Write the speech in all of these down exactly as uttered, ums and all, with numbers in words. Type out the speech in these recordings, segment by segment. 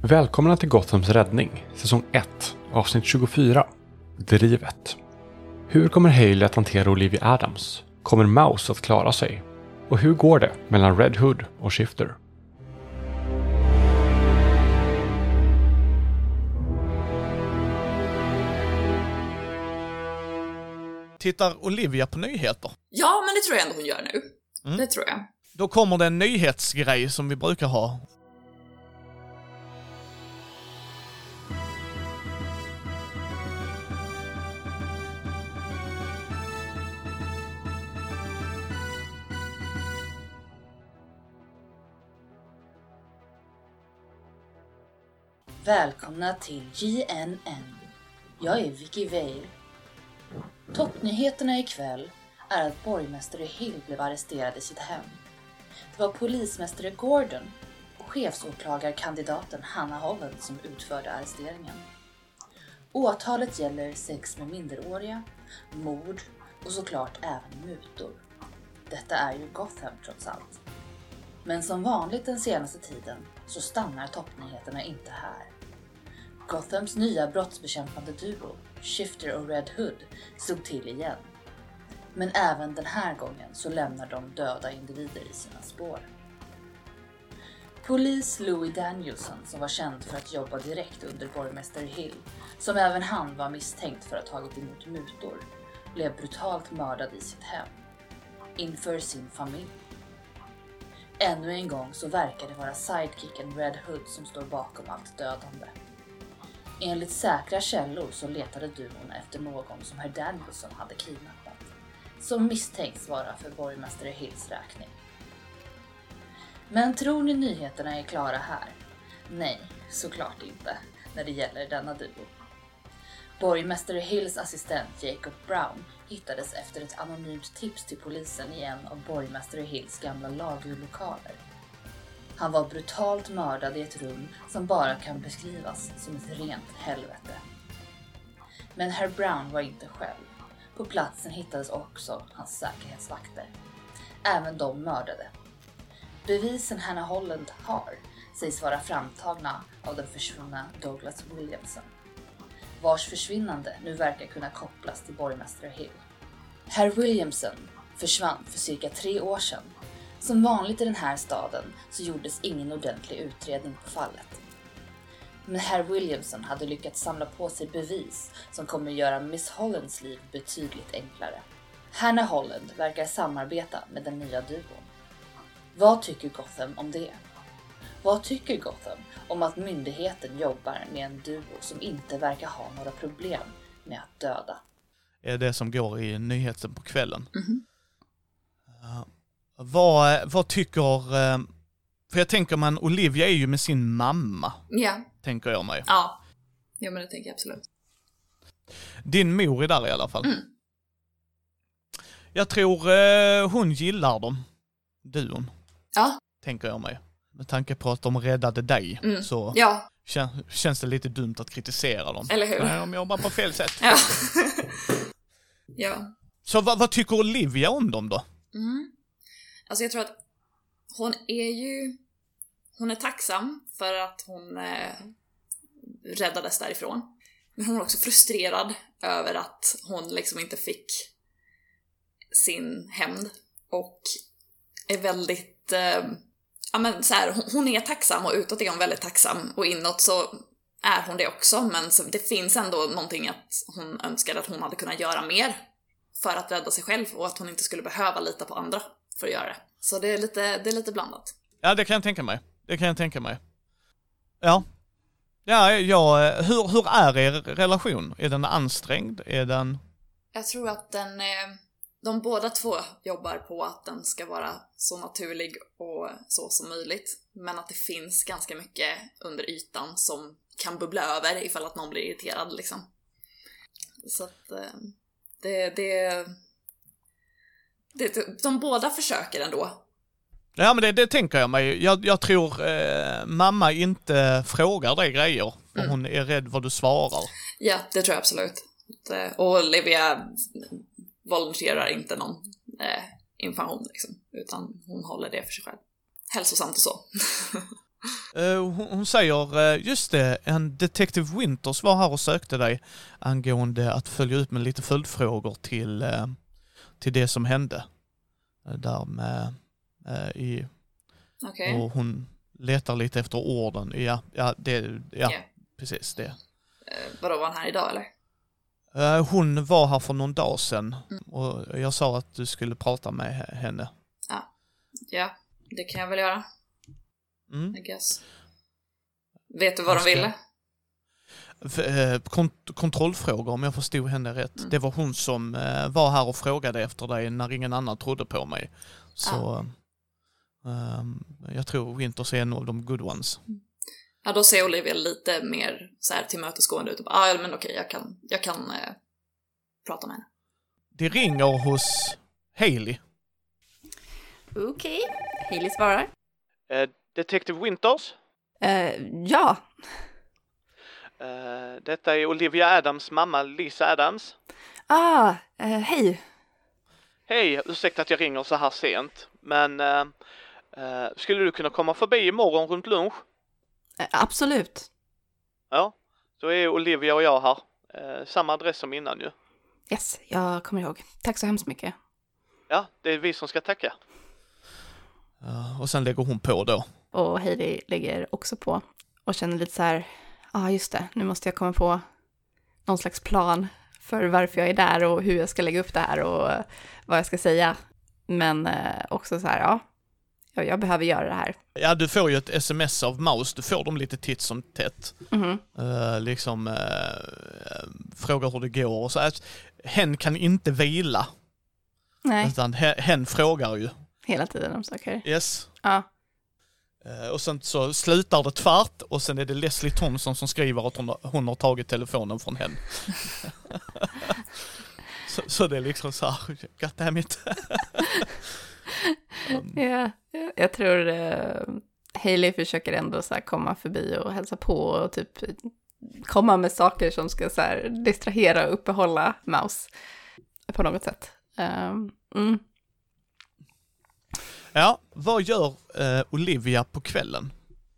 Välkomna till Gothams räddning, säsong ett, avsnitt tjugofyra, Drivet. Hur kommer Hailey att hantera Olivia Adams? Kommer Mouse att klara sig? Och hur går det mellan Red Hood och Shifter? Tittar Olivia på nyheter? Ja, men det tror jag ändå hon gör nu. Mm. Det tror jag. Då kommer det en nyhetsgrej som vi brukar ha. Välkomna till G N N. Jag är Vicky Vale. Toppnyheterna ikväll är att borgmästare Hill blev arresterad i sitt hem. Det var polismästare Gordon och chefsåklagarkandidaten Hannah Holland som utförde arresteringen. Åtalet gäller sex med minderåriga, mord och såklart även mutor. Detta är ju Gotham trots allt. Men som vanligt den senaste tiden så stannar toppnyheterna inte här. Gothams nya brottsbekämpande duo, Shifter och Red Hood, slog till igen. Men även den här gången så lämnar de döda individer i sina spår. Polis Louis Danielson, som var känd för att jobba direkt under borgmästare Hill, som även han var misstänkt för att ha tagit emot mutor, blev brutalt mördad i sitt hem, inför sin familj. Ännu en gång så verkar det vara sidekicken Red Hood som står bakom allt dödande. Enligt säkra källor så letade duon efter någon som herr Danielson hade kidnappat, som misstänks vara för borgmästare Hills räkning. Men tror ni nyheterna är klara här? Nej, såklart inte, när det gäller denna duo. Borgmästare Hills assistent Jacob Brown hittades efter ett anonymt tips till polisen i en av borgmästare Hills gamla lagerlokaler. Han var brutalt mördad i ett rum som bara kan beskrivas som ett rent helvete. Men herr Brown var inte själv. På platsen hittades också hans säkerhetsvakter. Även de mördade. Bevisen Hannah Holland har sägs vara framtagna av den försvunna Douglas Williamson, vars försvinnande nu verkar kunna kopplas till borgmästare Hill. Herr Williamson försvann för cirka tre år sedan. Som vanligt i den här staden så gjordes ingen ordentlig utredning på fallet. Men herr Williamson hade lyckats samla på sig bevis som kommer göra Miss Hollands liv betydligt enklare. Hannah Holland verkar samarbeta med den nya duon. Vad tycker Gotham om det? Vad tycker Gotham om att myndigheten jobbar med en duo som inte verkar ha några problem med att döda? Är det som går i nyheten på kvällen. Mm-hmm. Uh, vad, vad tycker... Uh, för jag tänker man, Olivia är ju med sin mamma. Ja. Tänker jag mig. Ja, ja men det tänker jag absolut. Din mor är där i alla fall. Mm. Jag tror uh, hon gillar dem. Duon. Ja. Tänker jag mig. Med tanke på att de räddade dig. Mm. Så ja. kän, känns det lite dumt att kritisera dem. Eller hur? Nej, de jobbar på fel sätt. Ja. ja. Så vad, vad tycker Olivia om dem då? Mm. Alltså jag tror att hon är ju... Hon är tacksam för att hon eh, räddades därifrån. Men hon är också frustrerad över att hon liksom inte fick sin hämnd. Och är väldigt... Eh, ja men så här, hon, hon är tacksam och utåt är hon väldigt tacksam. Och inåt så är hon det också. Men så, det finns ändå någonting att hon önskar att hon hade kunnat göra mer för att rädda sig själv. Och att hon inte skulle behöva lita på andra för att göra det. Så det är lite, det är lite blandat. Ja, det kan jag tänka mig. Det kan jag tänka mig. Ja. Ja, ja hur, hur är er relation? Är den ansträngd? Är den... Jag tror att den... De båda två jobbar på att den ska vara så naturlig och så som möjligt. Men att det finns ganska mycket under ytan som kan bubbla över ifall att någon blir irriterad liksom. Så att det... det, det de båda försöker ändå. Ja, men det, det tänker jag mig. Jag, jag tror eh, mamma inte frågar dig grejer. För mm. hon är rädd vad du svarar. Ja, det tror jag absolut. Och Olivia volonterar inte någon eh, information liksom. Utan hon håller det för sig själv. Hälsosamt och så. Uh, hon, hon säger, uh, just det, en Detective Winters var här och sökte dig angående att följa ut med lite följdfrågor till, uh, till det som hände. Uh, där med, uh, i... Okej. Och hon letar lite efter orden. Ja, ja, det, ja Yeah. precis det. Uh, vadå, var han här idag eller? Uh, hon var här för någon dag sedan. Mm. Och jag sa att du skulle prata med henne. Ja. Ja, det kan jag väl göra. Mm. I guess. Vet du vad de Just det. ville? F- kont- kontrollfrågor om jag förstod henne rätt. Mm. Det var hon som eh, var här och frågade efter dig när ingen annan trodde på mig. Så Ah. um, jag tror Winters är en av de good ones. Ja, då ser Olivia lite mer så här tillmötesgående ut. Ja, ah, men okej, jag kan, jag kan eh, prata med henne. Det ringer hos Hailey. Okej, Hailey svarar. Uh, Detective Winters? Eh, ja, Uh, detta är Olivia Adams mamma, Lisa Adams. ah, eh, hej. Hej, ursäkta att jag ringer så här sent. Men uh, uh, skulle du kunna komma förbi imorgon runt lunch? Eh, absolut. Ja, så är Olivia och jag här. Uh, samma adress som innan ju. Yes, jag kommer ihåg. Tack så hemskt mycket. Ja, det är vi som ska tacka. Uh, och sen lägger hon på då. Och Hailey lägger också på och känner lite så här, ja ah, just det, nu måste jag komma på någon slags plan för varför jag är där och hur jag ska lägga upp det här och eh, vad jag ska säga. Men eh, också så här, ja, jag, jag behöver göra det här. Ja, du får ju ett sms av Mouse. Du får dem lite titt som tätt. Mhm. Uh, liksom uh, frågar hur det går och så. Alltså, hen kan inte vila. Nej, Utan hen, hen frågar ju. hela tiden om saker. Yes. Ja, Uh, och sen så slutar det tvärt och sen är det Leslie Thompson som skriver att hon, har- hon har tagit telefonen från hen. så, så det är liksom så här, goddammit. ja, ja, jag tror eh, Hailey försöker ändå så här komma förbi och hälsa på och typ komma med saker som ska så här distrahera och uppehålla Mouse på något sätt. Um, mm. Ja, vad gör uh, Olivia på kvällen?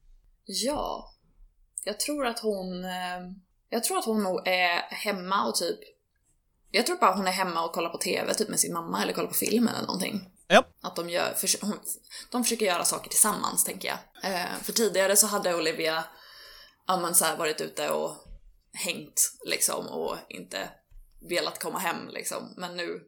Ja, jag tror att hon eh, jag tror att hon nog är hemma och typ jag tror bara hon är hemma och kollar på tv typ med sin mamma eller kollar på film eller någonting. Ja. Att de gör för, hon, de försöker göra saker tillsammans, tänker jag. Eh, för tidigare så hade Olivia ja, men så här, varit ute och hängt liksom och inte velat komma hem liksom, men nu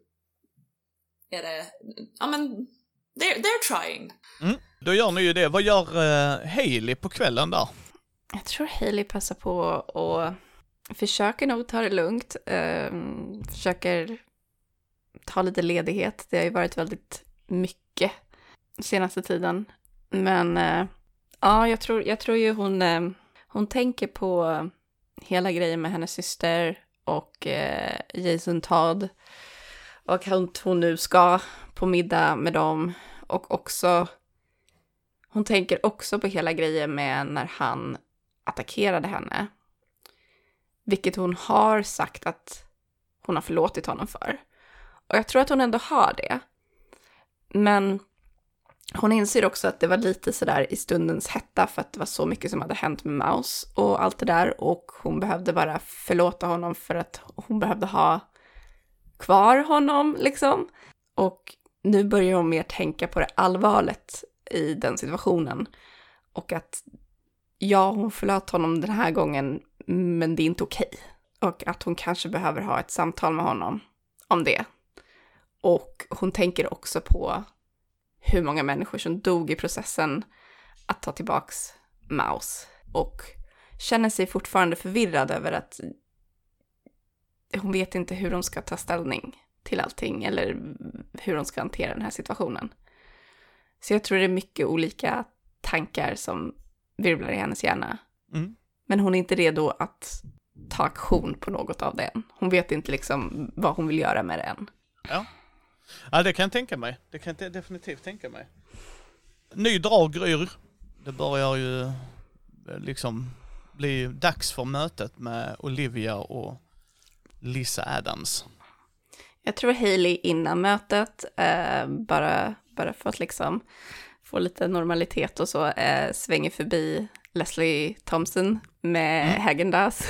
är det ja men they're, they're trying. Mm. Då gör ni ju det. Vad gör uh, Hailey på kvällen där? Jag tror Hailey passar på och försöker nog ta det lugnt. Um, försöker ta lite ledighet. Det har ju varit väldigt mycket senaste tiden. Men uh, ja, jag tror, jag tror ju hon, uh, hon tänker på hela grejen med hennes syster och uh, Jason Todd. Och att hon nu ska på middag med dem. Och också, hon tänker också på hela grejen med när han attackerade henne. Vilket hon har sagt att hon har förlåtit honom för. Och jag tror att hon ändå har det. Men hon inser också att det var lite sådär i stundens hetta för att det var så mycket som hade hänt med Mouse och allt det där. Och hon behövde bara förlåta honom för att hon behövde ha kvar honom liksom. Och nu börjar hon mer tänka på det allvarligt i den situationen. Och att ja, hon förlåt honom den här gången, men det är inte okej. Och att hon kanske behöver ha ett samtal med honom om det. Och hon tänker också på hur många människor som dog i processen att ta tillbaks Mouse. Och känner sig fortfarande förvirrad över att hon vet inte hur de ska ta ställning till allting eller hur de ska hantera den här situationen. Så jag tror det är mycket olika tankar som virvlar i hennes hjärna. Mm. Men hon är inte redo att ta aktion på något av det än. Hon vet inte liksom vad hon vill göra med det än. Ja. Ja, det kan jag tänka mig. Det kan jag definitivt tänka mig. Ny dag gryr. Det börjar ju liksom bli dags för mötet med Olivia och Lisa Adams. Jag tror Hailey innan mötet, eh, bara, bara för att liksom få lite normalitet och så, eh, svänger förbi Leslie Thompson med mm. Häagen-Dazs.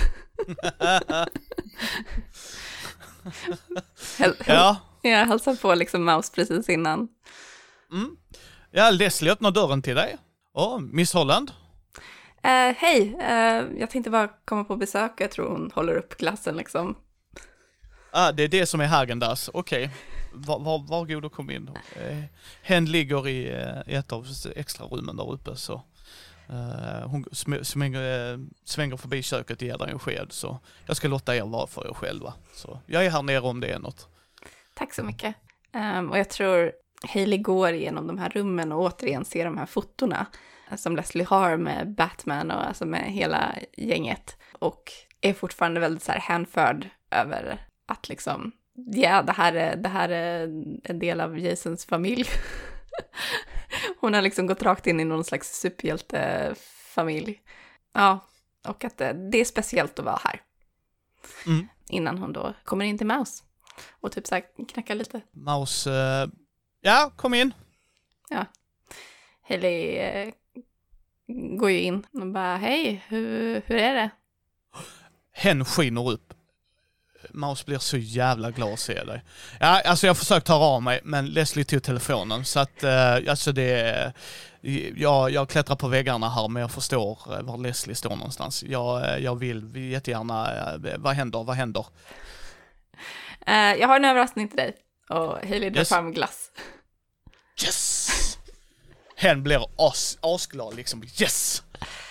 Häl- ja. Jag hälsar på liksom Mouse precis innan. Mm. Ja, Leslie öppnar dörren till dig. Åh, Miss Holland. Uh, Hej, uh, jag tänkte bara komma på besök. Jag tror hon håller upp glassen liksom. Ah, det är det som är Häagen-Dazs. Okej. Okay. Var, var, var god och kom in. Eh, hen ligger i eh, ett av extra rummen där uppe. Så, eh, hon sm- smänger, eh, svänger förbi köket och ger dig en sked. Så jag ska låta er vara för er själva. Så jag är här nere om det är något. Tack så mycket. Um, och jag tror Hailey går igenom de här rummen och återigen ser de här fotorna som Leslie har med Batman och alltså med hela gänget. Och är fortfarande väldigt så här hänförd över att liksom, ja, det här är, det här är en del av Jasons familj. Hon har liksom gått rakt in i någon slags superhjältefamilj. Ja, och att det, det är speciellt att vara här. Mm. Innan hon då kommer in till Mouse. Och typ så här knackar lite. Mouse, uh, ja, kom in. Ja. Hailey eh, går ju in och bara, hej, hur, hur är det? Hen skiner upp. Mouse blir så jävla glad att se dig. Ja, alltså jag har försökt ta av mig, men Leslie tog telefonen. Så att, eh, alltså det... Jag, jag klättrar på väggarna här, men jag förstår var Leslie står någonstans. Jag, jag vill jättegärna... Vad händer? Vad händer? Uh, jag har en överraskning till dig. Och Hailey drar yes. fram glass. Yes! Hen blir as, asglad liksom. Yes!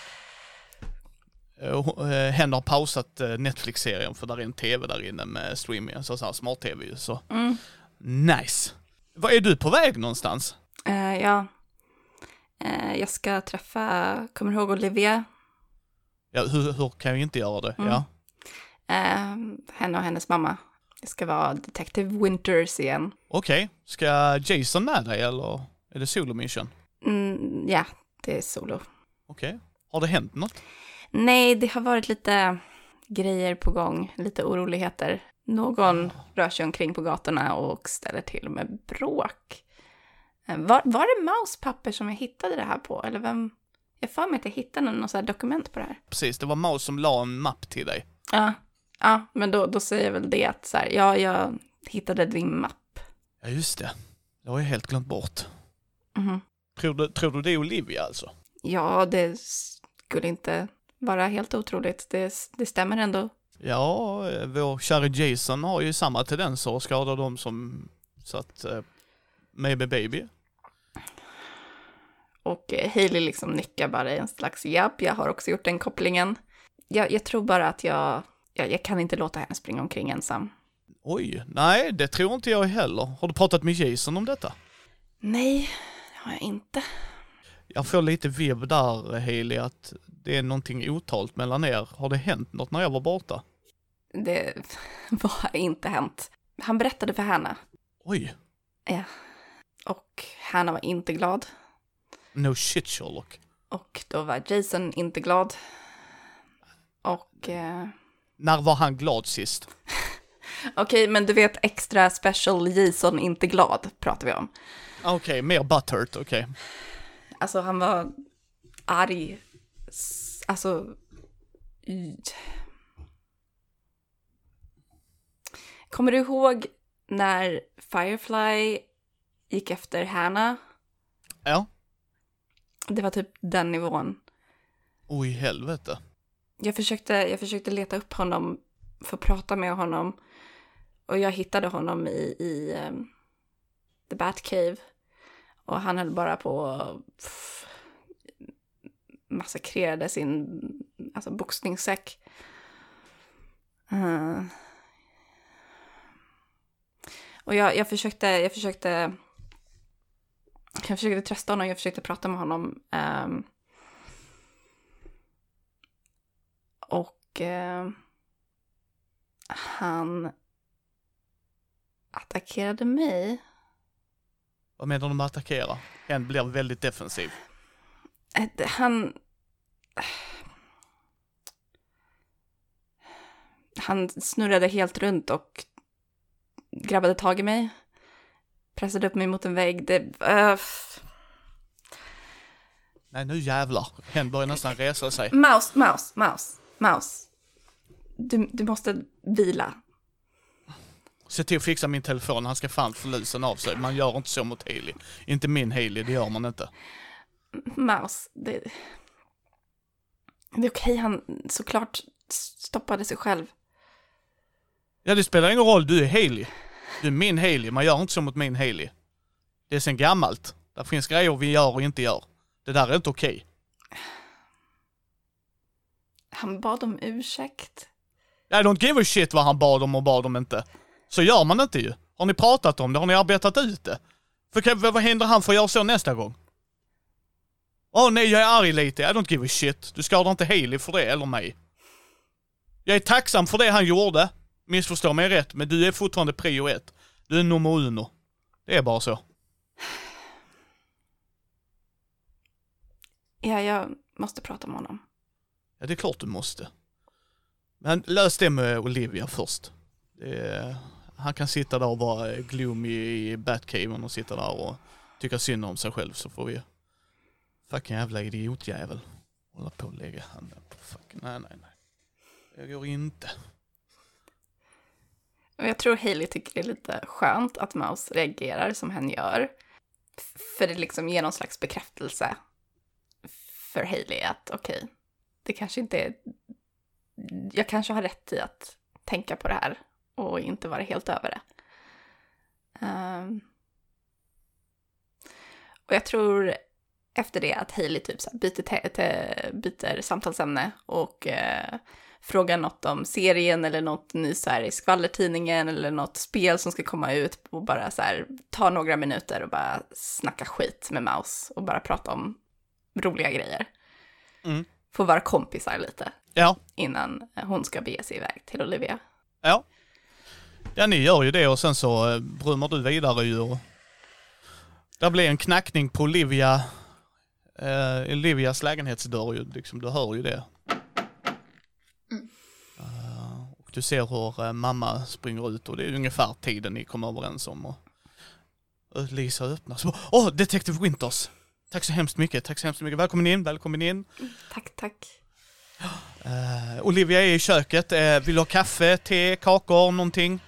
Hen har pausat Netflix-serien för där är en tv där inne med streaming, så här smart-tv. Så. Mm. Nice. Var är du på väg någonstans? Uh, ja. Uh, jag ska träffa, kommer du ihåg Olivia? Ja, hur, hur kan jag inte göra det? Mm. Ja. Uh, henne och hennes mamma. Det ska vara Detective Winters igen. Okej. Okay. Ska Jason med dig eller är det solo mission? Mm, ja, det är solo. Okej. Okay. Har det hänt något? Nej, det har varit lite grejer på gång. Lite oroligheter. Någon oh. rör sig omkring på gatorna och ställer till med bråk. Var, var det Mouse papper som jag hittade det här på? Eller vem? Jag får mig att jag hittade någon sån här dokument på det här. Precis, det var Mouse som la en mapp till dig. Ja, ja men då, då säger jag väl det att så här, ja, jag hittade din mapp. Ja, just det. Det har jag helt glömt bort. Mm-hmm. Tror du, tror du det är Olivia alltså? Ja, det skulle inte vara helt otroligt. Det, det stämmer ändå. Ja, vår kära Jason har ju samma tendenser att skada dem som satt uh, maybe baby. Och eh, Hailey liksom nickar bara i en slags jabb. Jag har också gjort den kopplingen. Jag, jag tror bara att jag, jag... Jag kan inte låta henne springa omkring ensam. Oj, nej, det tror inte jag heller. Har du pratat med Jason om detta? Nej, det har jag inte. Jag får lite vibb där, Hailey, att det är någonting otalt mellan er. Har det hänt något när jag var borta? Det var inte hänt. Han berättade för Hanna. Oj. Ja. Och Hanna var inte glad. No shit, Sherlock. Och då var Jason inte glad. Och... Eh... När var han glad sist? Okej, okay, men du vet extra special Jason inte glad pratar vi om. Okej, okay, mer butthurt, okej. Okay. Alltså han var arg. Alltså... Kommer du ihåg när Firefly gick efter Hanna? Ja. Det var typ den nivån. Oj, helvete. Jag försökte, jag försökte leta upp honom för att prata med honom. Och jag hittade honom i, i um, The Batcave. Och han höll bara på och massakrerade sin alltså, boxningssäck. Uh. Och jag, jag försökte, jag försökte... Jag försökte trösta honom, jag försökte prata med honom. Um, och uh, han attackerade mig. Vad menar du med attackera? Han blir väldigt defensiv. Uh, han... Han snurrade helt runt och grabbade tag i mig. Pressade upp mig mot en vägg. Det, uh, Nej, nu jävlar. Hen börjar nästan resa sig. Mouse, mouse, mouse, mouse. Du, du måste vila. Se till att fixa min telefon. Han ska fan förlusen av sig. Man gör inte så mot Hailey. Inte min Hailey, det gör man inte. Mouse, det... Det är okej, han såklart stoppade sig själv. Ja, det spelar ingen roll. Du är Hailey. Du är min Hailey. Man gör inte så mot min Hailey. Det är sen gammalt. Det finns grejer vi gör och inte gör. Det där är inte okej. Han bad om ursäkt. I don't give a shit vad han bad om och bad om inte. Så gör man inte ju. Har ni pratat om det? Har ni arbetat ut det? För vad händer han för att göra så nästa gång? Åh oh, nej, jag är arg lite. I don't give a shit. Du skadar inte Hailey för det, eller mig. Jag är tacksam för det han gjorde. Missförstå mig rätt, men du är fortfarande prio ett. Du är nummer uno. Det är bara så. Ja, jag måste prata med honom. Ja, det är klart du måste. Men lös det med Olivia först. Det är, han kan sitta där och vara gloomy i Batcaven och sitta där och tycka synd om sig själv, så får vi fucking jävla idiotjävel hålla på och lägga handen på fucking... Nej, nej, nej. Jag går inte. Jag tror Hailey tycker det är lite skönt att Mouse reagerar som hen gör. För det liksom ger någon slags bekräftelse för Hailey att okej, okay, det kanske inte är... Jag kanske har rätt i att tänka på det här och inte vara helt över det. Um, och jag tror efter det att Hailey typ så här byter, te- te- byter samtalsämne och uh, frågar något om serien eller något ny så här i skvallertidningen eller något spel som ska komma ut och bara så här ta några minuter och bara snacka skit med Mouse och bara prata om roliga grejer. Mm. Få vara kompisar lite. Ja. Innan hon ska bege sig iväg till Olivia. Ja. Ja, ni gör ju det och sen så eh, brumar du vidare ju. Och det blir en knackning på Olivia, eh, Olivias lägenhetsdörr ju. Liksom, du hör ju det. Mm. Uh, och du ser hur uh, mamma springer ut och det är ungefär tiden ni kommer överens om. Och, och Lisa öppnar så. Åh, oh, Detective Winters! Tack så hemskt mycket, tack så hemskt mycket. Välkommen in, välkommen in. Mm, tack, tack. Uh, Olivia är i köket. Uh, vill du ha kaffe, te, kakor, någonting?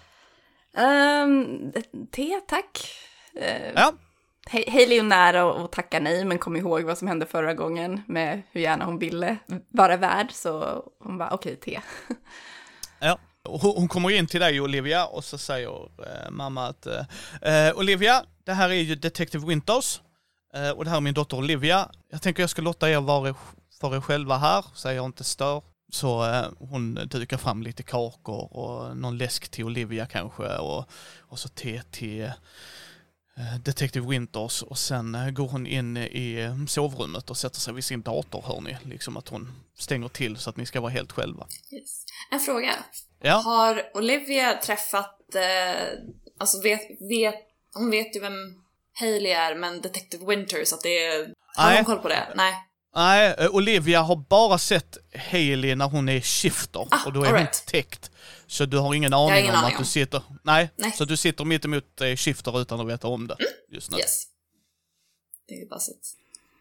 Um, te, tack. Uh, ja. He- Hailey är nära och, och tackar nej, men kom ihåg vad som hände förra gången med hur gärna hon ville vara värd, så hon bara okej, okay, te. Ja. Hon, hon kommer in till dig, Olivia, och så säger uh, mamma att uh, Olivia, det här är ju Detective Winters uh, och det här är min dotter Olivia. Jag tänker jag ska låta er vara för er själva här, så jag inte stör. Så eh, hon dukar fram lite kakor och någon läsk till Olivia kanske. Och, och så te till eh, Detective Winters. Och sen eh, går hon in i sovrummet och sätter sig vid sin dator, hör ni. Liksom att hon stänger till så att ni ska vara helt själva. Yes. En fråga. Ja? Har Olivia träffat... Eh, alltså vet, vet... Hon vet ju vem Hailey är, men Detective Winters, att det är... Har Nej. hon koll på det? Nej. Nej, Olivia har bara sett Hailey när hon är shifter. Ah, och då är hon right. täckt. Så du har ingen aning ingen om aning att om. du sitter... Nej, Nej. så du sitter mitt emot eh, shifter utan att veta om det just nu. Yes. Det är bara sitt.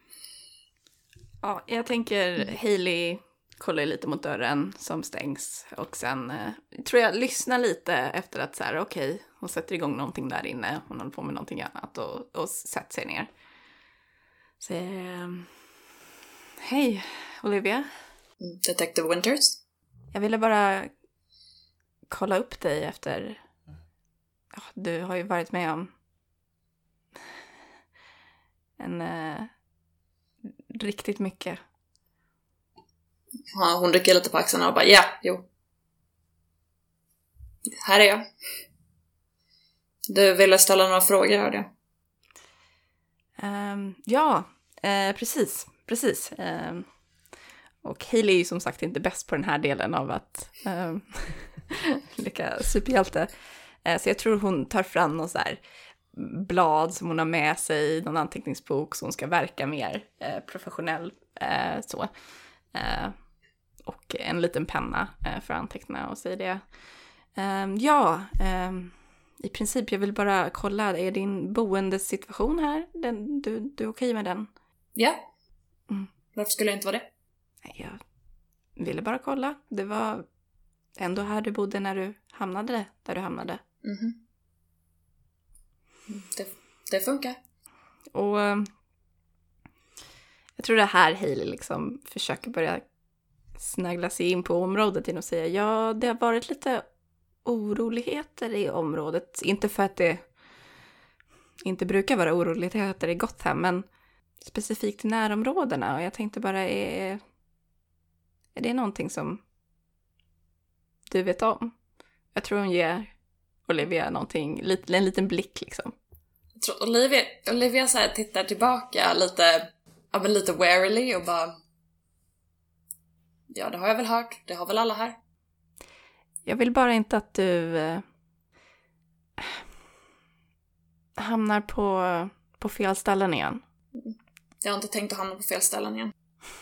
Ja, jag tänker Hailey kollar lite mot dörren som stängs och sen eh, tror jag lyssnar lite efter att så här, okej, okay, hon sätter igång någonting där inne, hon håller på med någonting annat och, och sätter sig ner. Så eh, hej, Olivia. Detective Winters? Jag ville bara kolla upp dig efter... Ja, du har ju varit med om en eh, riktigt mycket. Ja, hon rycker lite på axlarna och bara, ja, jo. Här är jag. Du ville ställa några frågor, hörde jag. Um, ja, eh, precis. Precis. Um, och Hailey är ju som sagt inte bäst på den här delen av att um, leka superhjälte. Uh, så jag tror hon tar fram någon så här blad som hon har med sig i någon anteckningsbok så hon ska verka mer uh, professionell. Uh, så. Uh, och en liten penna uh, för att anteckna och säga det. Um, ja, um, i princip, jag vill bara kolla, är din boendesituation här? Den, du, du är okej med den? Ja. Mm. Varför skulle jag inte vara det? Nej, jag ville bara kolla. Det var ändå här du bodde när du hamnade där du hamnade. Mm-hmm. Det, det funkar. Och eh, jag tror det här Hailey liksom försöker börja snagla sig in på området genom att säga ja, det har varit lite oroligheter i området. Inte för att det inte brukar vara oroligheter i Gotham, men specifikt i närområdena. Och jag tänkte bara, är, är det någonting som du vet om? Jag tror hon ger Olivia någonting, en liten blick liksom. Jag tror Olivia, Olivia så här tittar tillbaka lite, ja, men lite warily och bara ja, det har jag väl hört. Det har väl alla här. Jag vill bara inte att du eh, hamnar på, på fel ställen igen. Jag har inte tänkt att hamna på fel ställen igen.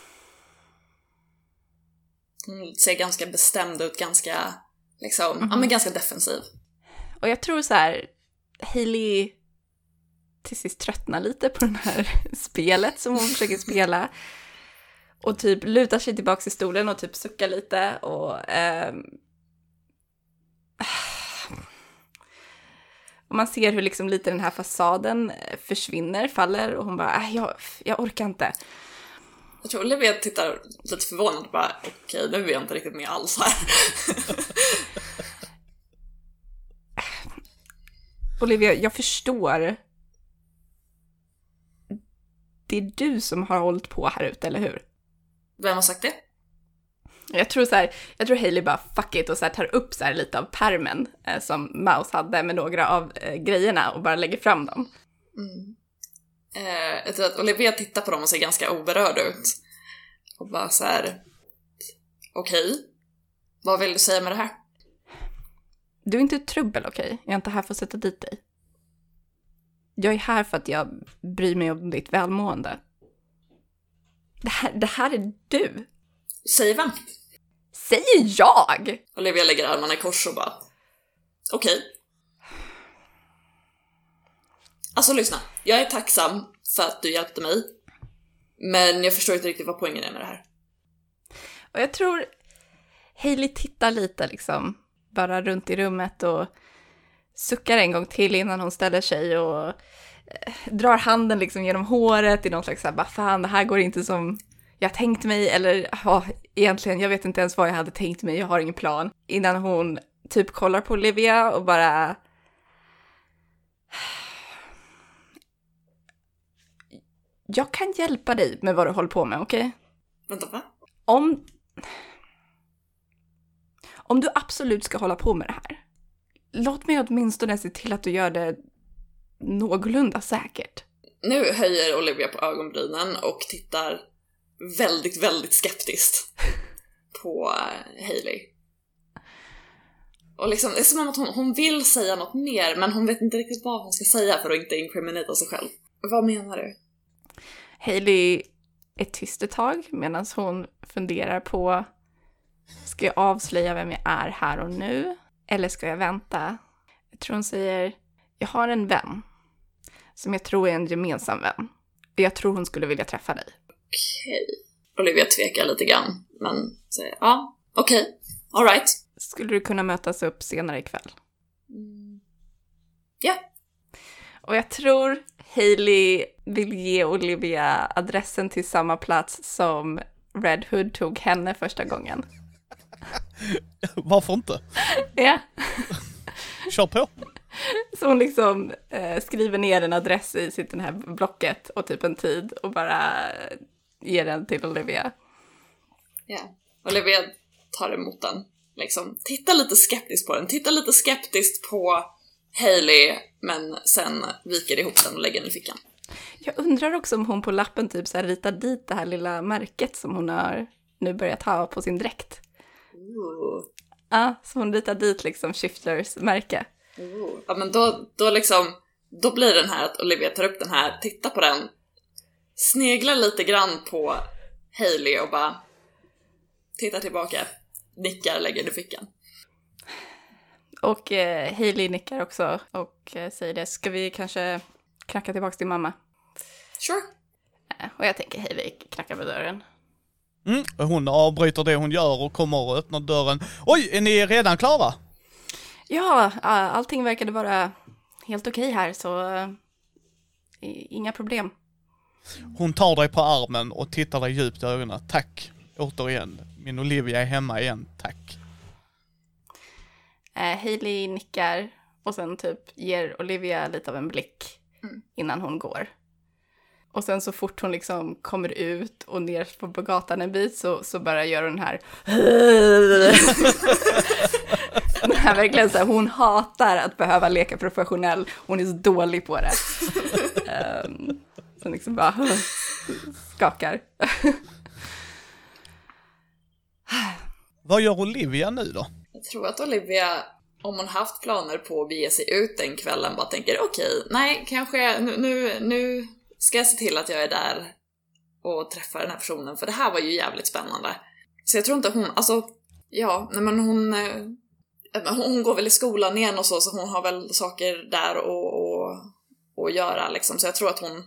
Hon ser ganska bestämd ut, ganska liksom, mm-hmm. ja, men ganska defensiv. Och jag tror så här, Hailey till sist tröttnar lite på det här spelet som hon försöker spela. Och typ lutar sig tillbaka i stolen och typ suckar lite och eh, och man ser hur liksom lite den här fasaden försvinner, faller och hon bara, äh, jag, jag orkar inte. Jag tror Olivia tittar lite förvånad och bara, okej, okay, nu är jag inte riktigt med alls här. Olivia, jag förstår. Det är du som har hållit på här ute, eller hur? Vem har sagt det? Jag tror så här, jag tror Hailey bara fuck it och så här tar upp så här lite av pärmen eh, som Mouse hade med några av eh, grejerna och bara lägger fram dem. Mm. Eh, jag tror att Olivia tittar på dem och ser ganska oberörd ut. Och bara så här, okej, okay. Vad vill du säga med det här? Du är inte trubbel, okej? Okay? Jag är inte här för att sätta dit dig. Jag är här för att jag bryr mig om ditt välmående. Det här, det här är du. Säger vem? Säger jag? Olivia lägger armarna i kors och bara, okej. Okay. Alltså lyssna, jag är tacksam för att du hjälpte mig. Men jag förstår inte riktigt vad poängen är med det här. Och jag tror Hailey tittar lite liksom bara runt i rummet och suckar en gång till innan hon ställer sig och eh, drar handen liksom genom håret i någon slags såhär, bara fan, det här går inte som jag tänkt mig, eller ja, egentligen, jag vet inte ens vad jag hade tänkt mig, jag har ingen plan. Innan hon typ kollar på Olivia och bara jag kan hjälpa dig med vad du håller på med, okej? Okay? Vänta, va? Om Om du absolut ska hålla på med det här, låt mig åtminstone se till att du gör det någorlunda säkert. Nu höjer Olivia på ögonbrynen och tittar väldigt, väldigt skeptiskt på Hailey. Och liksom, det är som att hon, hon vill säga något mer, men hon vet inte riktigt vad hon ska säga för att inte incriminata sig själv. Vad menar du? Hailey är tyst ett tag medan hon funderar på, ska jag avslöja vem jag är här och nu? Eller ska jag vänta? Jag tror hon säger, jag har en vän som jag tror är en gemensam vän. Och jag tror hon skulle vilja träffa dig. Okej. Olivia tvekar lite grann, men säger, ja, okej, okay. All right. Skulle du kunna mötas upp senare ikväll? Mm. Ja. Yeah. Och jag tror Hailey vill ge Olivia adressen till samma plats som Red Hood tog henne första gången. Varför inte? Ja. Kör på. Så hon liksom eh, skriver ner en adress i sitt den här blocket och typ en tid och bara ger den till Olivia. Ja, yeah. Olivia tar emot den. Liksom, titta lite skeptiskt på den. Titta lite skeptiskt på Hailey, men sen viker ihop den och lägger den i fickan. Jag undrar också om hon på lappen typ så här ritar dit det här lilla märket som hon har nu börjat ha på sin dräkt. Ooh. Ja, så hon ritar dit liksom Shiftlers märke. Ooh. Ja, men då, då liksom, då blir den här att Olivia tar upp den här, tittar på den, sneglar lite grann på Hailey och bara tittar tillbaka, nickar, lägger den i fickan. Och eh, Hailey nickar också och eh, säger det. Ska vi kanske knacka tillbaka till mamma? Sure. Och jag tänker Hailey knackar på dörren. Mm, hon avbryter det hon gör och kommer och öppnar dörren. Oj, är ni redan klara? Ja, allting verkade vara helt okej här, så uh, inga problem. Hon tar dig på armen och tittar dig djupt i ögonen. Tack, återigen. Min Olivia är hemma igen, tack. Uh, Hailey nickar och sen typ ger Olivia lite av en blick mm. innan hon går. Och sen så fort hon liksom kommer ut och ner på gatan en bit så, så bara gör hon den här. Den här verkligen så här, hon hatar att behöva leka professionell. Hon är så dålig på det. um, så liksom bara skakar. Vad gör Olivia nu då? Jag tror att Olivia, om hon haft planer på att bege sig ut den kvällen, bara tänker okej, okay, nej, kanske nu, nu, nu ska jag se till att jag är där och träffar den här personen, för det här var ju jävligt spännande. Så jag tror inte hon, alltså, ja, nej men hon, hon går väl i skolan igen och så, så hon har väl saker där och, och, och göra liksom, så jag tror att hon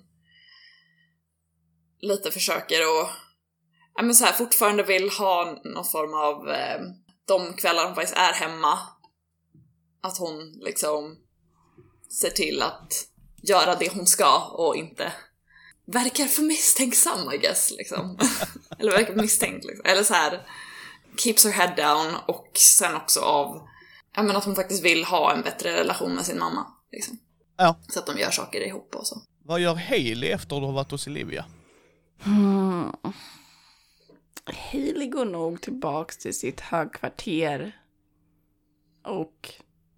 lite försöker och ja, men så här, fortfarande vill ha någon form av eh, de kvällar hon faktiskt är hemma, att hon liksom ser till att göra det hon ska och inte verkar för misstänksam, I guess, liksom. Eller verkar misstänkt, liksom. Eller så här, keeps her head down, och sen också av jag menar, att hon faktiskt vill ha en bättre relation med sin mamma, liksom. Ja. Så att de gör saker ihop och så. Vad gör Hailey efter att du har varit hos Olivia? Hmm. Hailey går nog tillbaks till sitt högkvarter. Och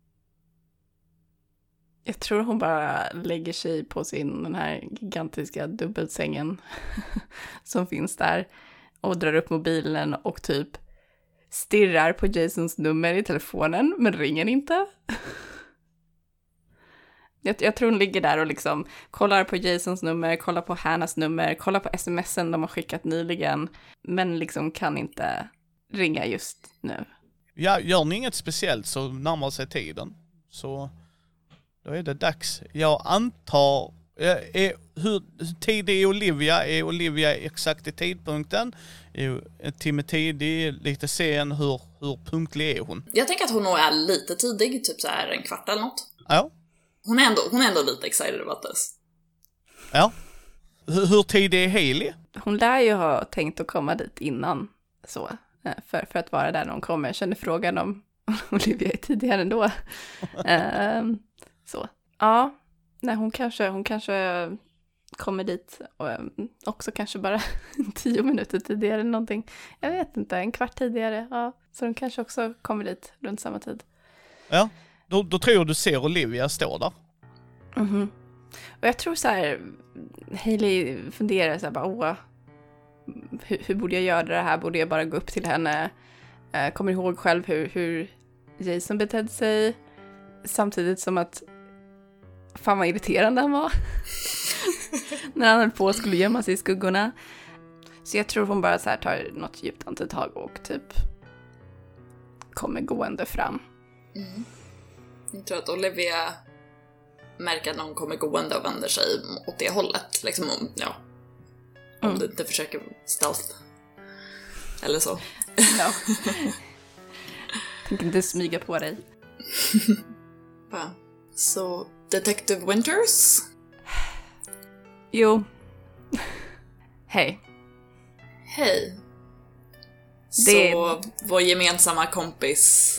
jag tror hon bara lägger sig på sin, den här gigantiska dubbelsängen som finns där. Och drar upp mobilen och typ stirrar på Jasons nummer i telefonen, men ringer inte. Jag, jag tror hon ligger där och liksom kollar på Jasons nummer, kollar på Hannas nummer, kollar på smsen de har skickat nyligen, men liksom kan inte ringa just nu. Ja, gör ni inget speciellt så närmar sig tiden. Så då är det dags. Jag antar, är, hur tidig är Olivia? Är Olivia exakt i tidpunkten? Är en timme tidig, lite sen? Hur, hur punktlig är hon? Jag tänker att hon nog är lite tidig, typ så här en kvart eller något. Ja. Hon är ändå, hon är ändå lite excited about this. Ja. Hur, hur tidig är Hailey? Hon lär ju ha tänkt att komma dit innan, så, för, för att vara där när hon kommer. Jag känner frågan om Olivia är tidigare ändå. um, så, ja. Nej, hon kanske, hon kanske kommer dit och um, också kanske bara tio minuter tidigare eller någonting. Jag vet inte, en kvart tidigare. Ja. Så hon kanske också kommer dit runt samma tid. Ja. Då, då tror jag du ser Olivia stå där. Mhm. Och jag tror så här, Hailey funderar så här bara, åh, hur, hur borde jag göra det här? Borde jag bara gå upp till henne? Eh, kommer ihåg själv hur, hur Jason betedde sig. Samtidigt som att, fan vad irriterande han var. När han höll på och skulle gömma sig i skuggorna. Så jag tror hon bara så här tar något djupt andetag och typ kommer gående fram. Mm. Jag tror att Olivia märker att någon kommer gående och vänder sig åt det hållet. Liksom om, ja, om mm. du inte försöker stealth. Eller så. Ja. Tänk inte smyga på dig. Ja. Så, Detective Winters? Jo. Hej. Hej. Det... Så, vår gemensamma kompis...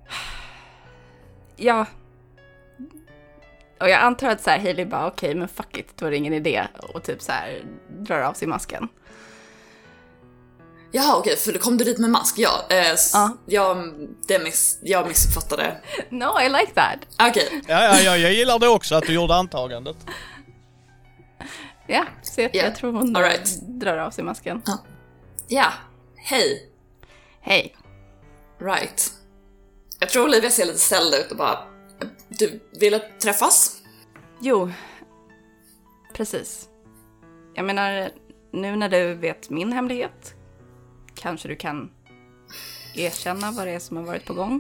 Ja. Och jag antar att så här Hailey bara okej, okay, men fuck it, då är det ingen idé. Och typ så här drar av sig masken. Ja, okej, okay, för då kom du dit med mask. Ja, eh, uh. jag, det miss, jag missuppfattade. No, I like that. Okej. Okay. Ja, ja, ja, jag gillar det också att du gjorde antagandet. Ja, så jag, yeah. jag tror hon right. drar av sig masken. Ja, yeah. Hej. Hej. Right. Jag tror Olivia ser lite ställd ut och bara, du ville träffas? Jo, precis. Jag menar, nu när du vet min hemlighet, kanske du kan erkänna vad det är som har varit på gång.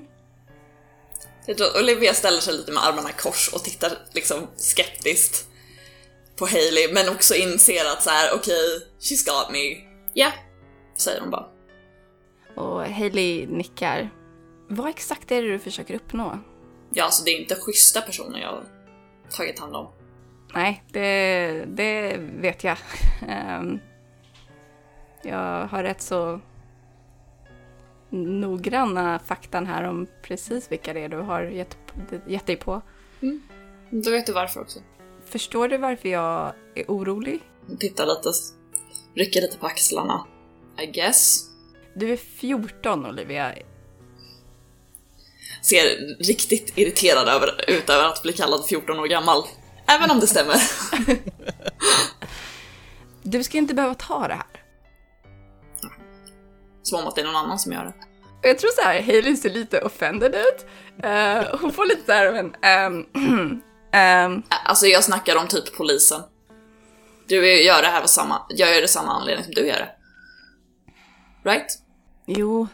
Jag tror Olivia ställer sig lite med armarna i kors och tittar liksom skeptiskt. på Hailey, men också inser att så här, okej, okay, she's got me. Ja, yeah, säger hon bara. Och Hailey nickar. Vad exakt är det du försöker uppnå? Ja, alltså det är inte schyssta personer jag har tagit hand om. Nej, det, det vet jag. um, jag har rätt så noggranna faktan här om precis vilka det är du har gett, gett dig på. Mm. Då vet du varför också. Förstår du varför jag är orolig? Tittar lite, rycker lite på axlarna. I guess. Du är fjorton, Olivia. Ser riktigt irriterad över, ut över att bli kallad fjorton år gammal. Även om det stämmer. Du ska inte behöva ta det här. Som om att det är någon annan som gör det. Jag tror så här, Hailey ser lite offended ut. Uh, hon får lite där av en... Um, um. Alltså jag snackar om typ polisen. Du gör det här av samma... Jag gör det samma anledning som du gör det. Right? Jo.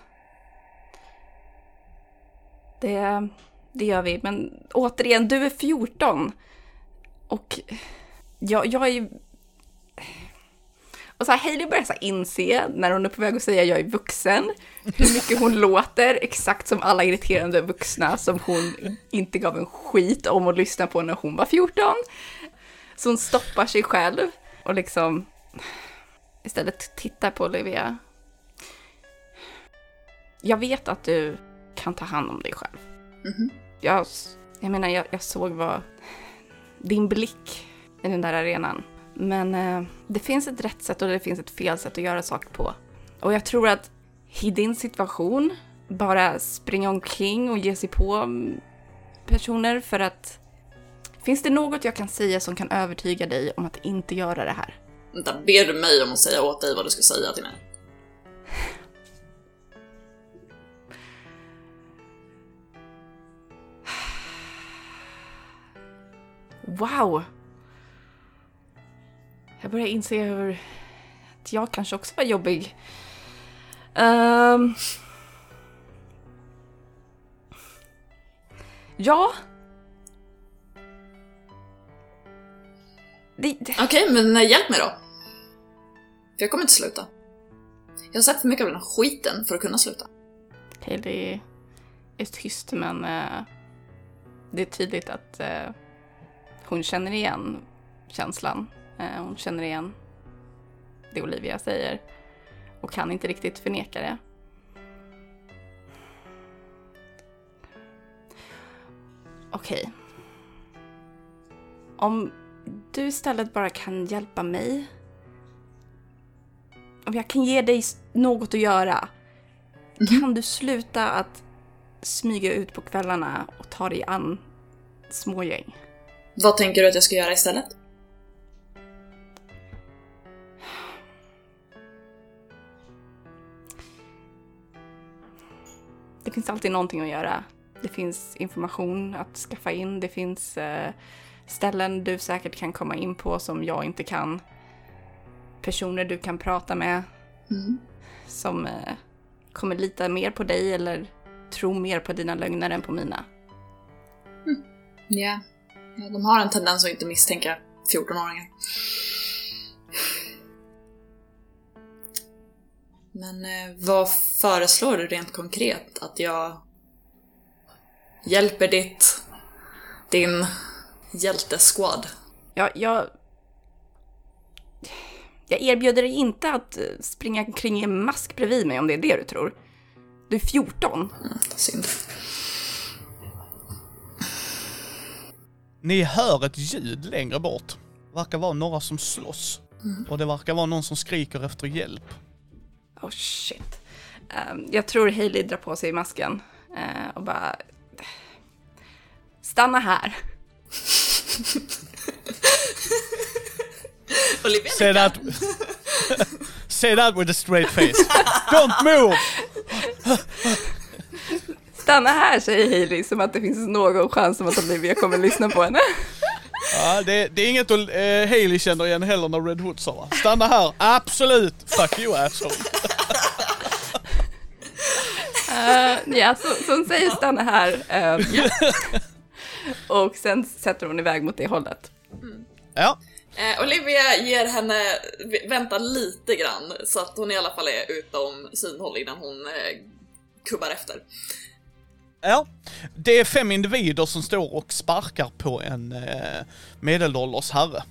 Det, det gör vi. Men återigen, du är fjorton. Och jag, jag är ju... Och så här, Hailey börjar så här inse, när hon är på väg att säga jag är vuxen, hur mycket hon låter exakt som alla irriterande vuxna som hon inte gav en skit om att lyssna på när hon var fjorton. Så hon stoppar sig själv och liksom istället tittar på Olivia. Jag vet att du kan ta hand om dig själv. Mm-hmm. Jag, jag menar, jag, jag såg vad din blick i den där arenan. Men eh, det finns ett rätt sätt och det finns ett fel sätt att göra saker på. Och jag tror att i din situation bara springa omkring och ge sig på personer för att... Finns det något jag kan säga som kan övertyga dig om att inte göra det här? Vänta, ber du mig om att säga åt dig vad du ska säga till mig? Wow! Jag börjar inse hur att jag kanske också var jobbig. Um, ja. Det... Okej, okay, men hjälp mig då. För jag kommer inte sluta. Jag har sett för mycket av den här skiten för att kunna sluta. Okej, okay, det är tyst, men uh, det är tydligt att uh, hon känner igen känslan. Hon känner igen det Olivia säger och kan inte riktigt förneka det. Okej. Om du istället bara kan hjälpa mig, om jag kan ge dig något att göra, mm-hmm. kan du sluta att smyga ut på kvällarna och ta dig an smågäng? Vad tänker du att jag ska göra istället? Det finns alltid någonting att göra. Det finns information att skaffa in. Det finns eh, ställen du säkert kan komma in på som jag inte kan. Personer du kan prata med. Mm. Som eh, kommer lita mer på dig eller tro mer på dina lögner än på mina. Mm. Yeah. Ja, de har en tendens att inte misstänka fjorton-åringar. Men eh, vad föreslår du rent konkret? Att jag hjälper ditt, din hjältesquad? Ja, jag... Jag erbjuder dig inte att springa kring i en mask bredvid mig om det är det du tror. Du är fjorton. Mm, synd. Ni hör ett ljud längre bort. Det verkar vara några som slåss. Mm. Och det verkar vara någon som skriker efter hjälp. Oh shit. Um, jag tror Hailey drar på sig masken uh, och bara... Stanna här. Say that, say that with a straight face. Don't move! Stanna här, säger Hailey, som att det finns någon chans om att Olivia kommer att lyssna på henne. Ja, det, det är inget uh, Hailey känner igen heller när Red Hood sa. Stanna här, absolut. Fuck you, asshole. Uh, ja, så, så hon säger stanna här. Um, och sen sätter hon iväg mot det hållet. Mm. Ja. Eh, Olivia ger henne vänta lite grann så att hon i alla fall är utom synhåll innan hon eh, kubbar efter. Ja, det är fem individer som står och sparkar på en eh, medelålders herre.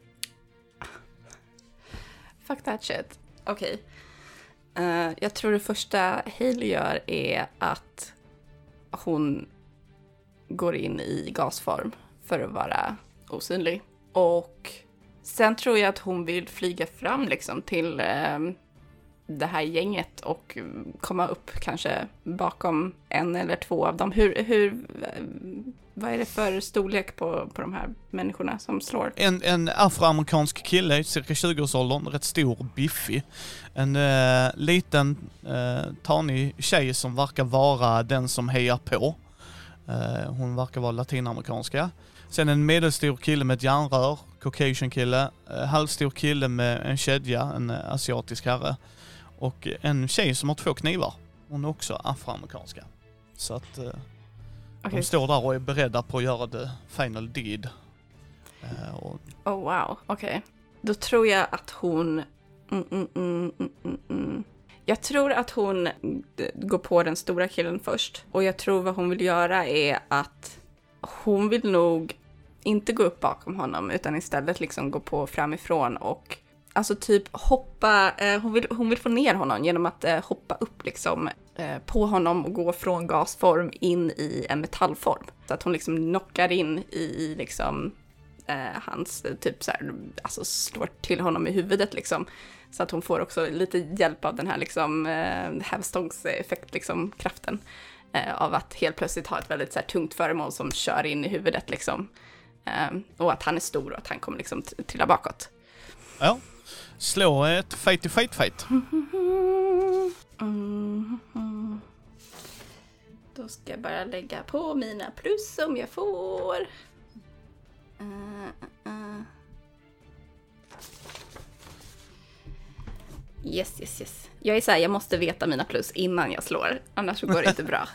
Fuck that shit. Okej. Okay. Uh, jag tror det första Hailey gör är att hon går in i gasform för att vara osynlig. Och sen tror jag att hon vill flyga fram liksom till eh, det här gänget och komma upp kanske bakom en eller två av dem. Hur, hur, vad är det för storlek på, på de här människorna som slår? En, en afroamerikansk kille, cirka tjugo-årsåldern, rätt stor och biffig. En eh, liten eh, tanig tjej som verkar vara den som hejar på. Eh, hon verkar vara latinamerikanska. Sen en medelstor kille med ett järnrör, Caucasian kille. Eh, halvstor kille med en kedja, en eh, asiatisk herre. Och en tjej som har två knivar. Hon är också afroamerikanska. Så att eh, okay. De står där och är beredda på att göra the final deed. Eh, och... Oh wow, okej. Okay. Då tror jag att hon... Mm, mm, mm, mm, mm. Jag tror att hon går på den stora killen först. Och jag tror vad hon vill göra är att hon vill nog inte gå upp bakom honom utan istället liksom gå på framifrån och alltså typ hoppa, eh, hon, vill, hon vill få ner honom genom att eh, hoppa upp liksom eh, på honom och gå från gasform in i en metallform. Så att hon liksom knockar in i, i liksom eh, hans typ så här, alltså slår till honom i huvudet liksom. Så att hon får också lite hjälp av den här liksom eh, hävstångseffekt liksom kraften eh, av att helt plötsligt ha ett väldigt så här, tungt föremål som kör in i huvudet liksom. Eh, och att han är stor och att han kommer liksom t- trilla bakåt. Ja. Slå ett fight to fight fight. Mm-hmm. Då ska jag bara lägga på mina plus som jag får. Uh, uh. Yes, yes, yes. Jag är så här, jag måste veta mina plus innan jag slår. Annars så går det inte bra.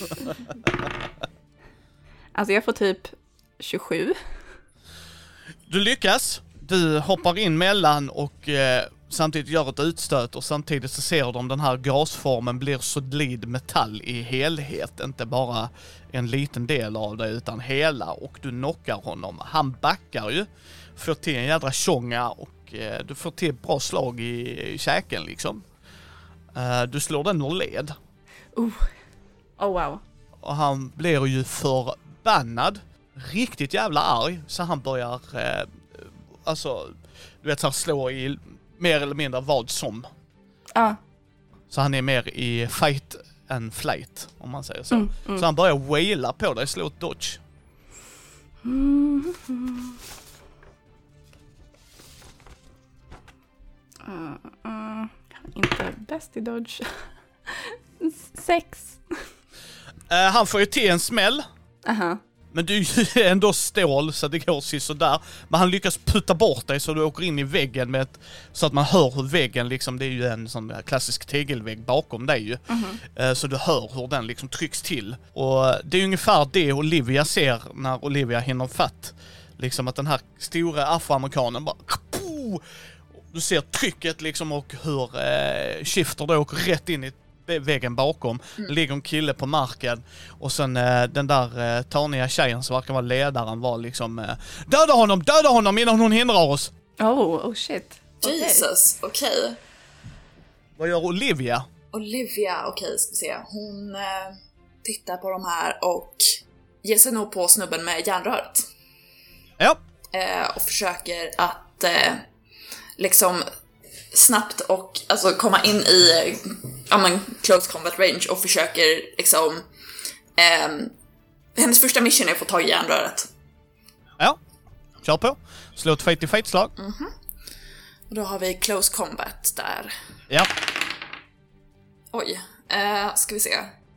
Alltså jag får typ tjugosju. Du lyckas. Du hoppar in mellan och eh, samtidigt gör ett utstöt och samtidigt så ser de den här gasformen blir solid metall i helhet. Inte bara en liten del av det utan hela och du knockar honom. Han backar ju, får till en jädra tjonga och eh, du får till ett bra slag i, i käken liksom. Eh, du slår den ur led. Uh. Oh wow. Och han blir ju förbannad. Riktigt jävla arg så han börjar... Eh, Alltså, du vet så här slå i mer eller mindre vad som. Ja. Så han är mer i fight än flight, om man säger så. Mm, mm. Så han börjar waila på dig, slå ett dodge. Mm, mm. Uh, uh, inte bäst i dodge. Sex. Uh, han får ju till en smäll. Uh-huh. Men du är ändå stål så det går sig sådär. Men han lyckas putta bort dig så du åker in i väggen med ett, så att man hör hur väggen liksom, det är ju en sån där klassisk tegelvägg bakom dig ju. Mm-hmm. Så du hör hur den liksom trycks till. Och det är ungefär det Olivia ser när Olivia hinner fatt. Liksom att den här stora afroamerikanen bara... Du ser trycket liksom och hur eh, Shifter då åker rätt in i väggen bakom. Mm. Ligger en kille på marken och sen eh, den där eh, taniga tjejen som verkar vara ledaren var liksom eh, döda honom, döda honom innan hon hindrar oss. Oh, oh shit. Jesus, okej. Okay. Vad gör Olivia? Olivia, okej, okay, ska vi se. Hon eh, tittar på de här och ger sig nog på snubben med järnröret. Ja. Eh, och försöker att eh, liksom snabbt och alltså komma in i ja, men, close combat range och försöker liksom eh, hennes första mission är att få tag i järnröret. Ja, kör på. Slå ett fight to fight slag. Mm-hmm. Och då har vi close combat där. Ja. Oj, eh, ska vi se.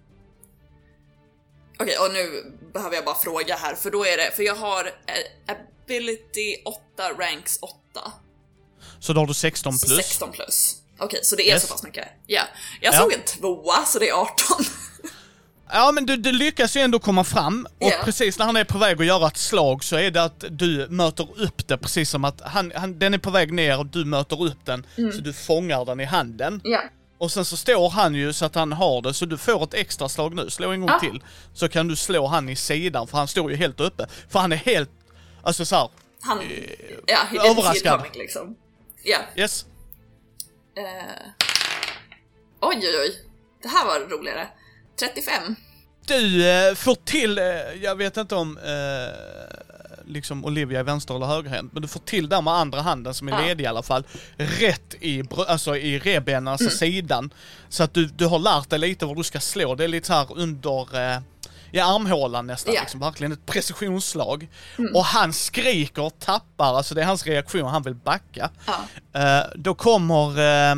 Okej, och nu behöver jag bara fråga här, för då är det, för jag har eh, ability åtta, ranks åtta. Så då har du sexton plus. sexton plus. Okej, okay, så det är yes. Så pass mycket. Ja. Jag ja. såg en tvåa, så det är arton. Ja, men du, du lyckas ju ändå komma fram. Och Yeah. precis när han är på väg att göra ett slag så är det att du möter upp det. Precis som att han, han, den är på väg ner och du möter upp den. Mm. Så du fångar den i handen. Ja. Och sen så står han ju så att han har det. Så du får ett extra slag nu. Slå en gång Ja. till. Så kan du slå han i sidan. För han står ju helt uppe. För han är helt... Alltså så här. Han... ja, he didn't see it överraskad. coming, liksom. Ja. Yes. Eh, oj, oj, oj. Det här var roligare. trettiofem. Du eh, får till, eh, jag vet inte om eh, liksom Olivia är vänster eller högerhänt, men du får till där med andra handen som är Ja. ledig i alla fall, rätt i, br- alltså i revbenen, alltså Mm. sidan. Så att du, du har lärt dig lite vad du ska slå. Det är lite så här under eh, i armhålan nästan, Ja. liksom, verkligen ett precisionsslag. Mm. Och han skriker, tappar, alltså det är hans reaktion, han vill backa. Ja. Eh, då kommer eh,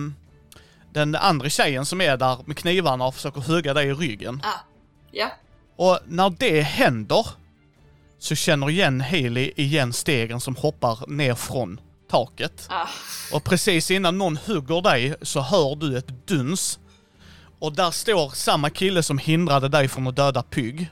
den andra tjejen som är där med knivarna och försöker hugga dig i ryggen. Ah. Ja. Och när det händer så känner igen Hailey igen stegen som hoppar ner från taket. Ah. Och precis innan någon hugger dig så hör du ett duns. Och där står samma kille som hindrade dig från att döda Pygg.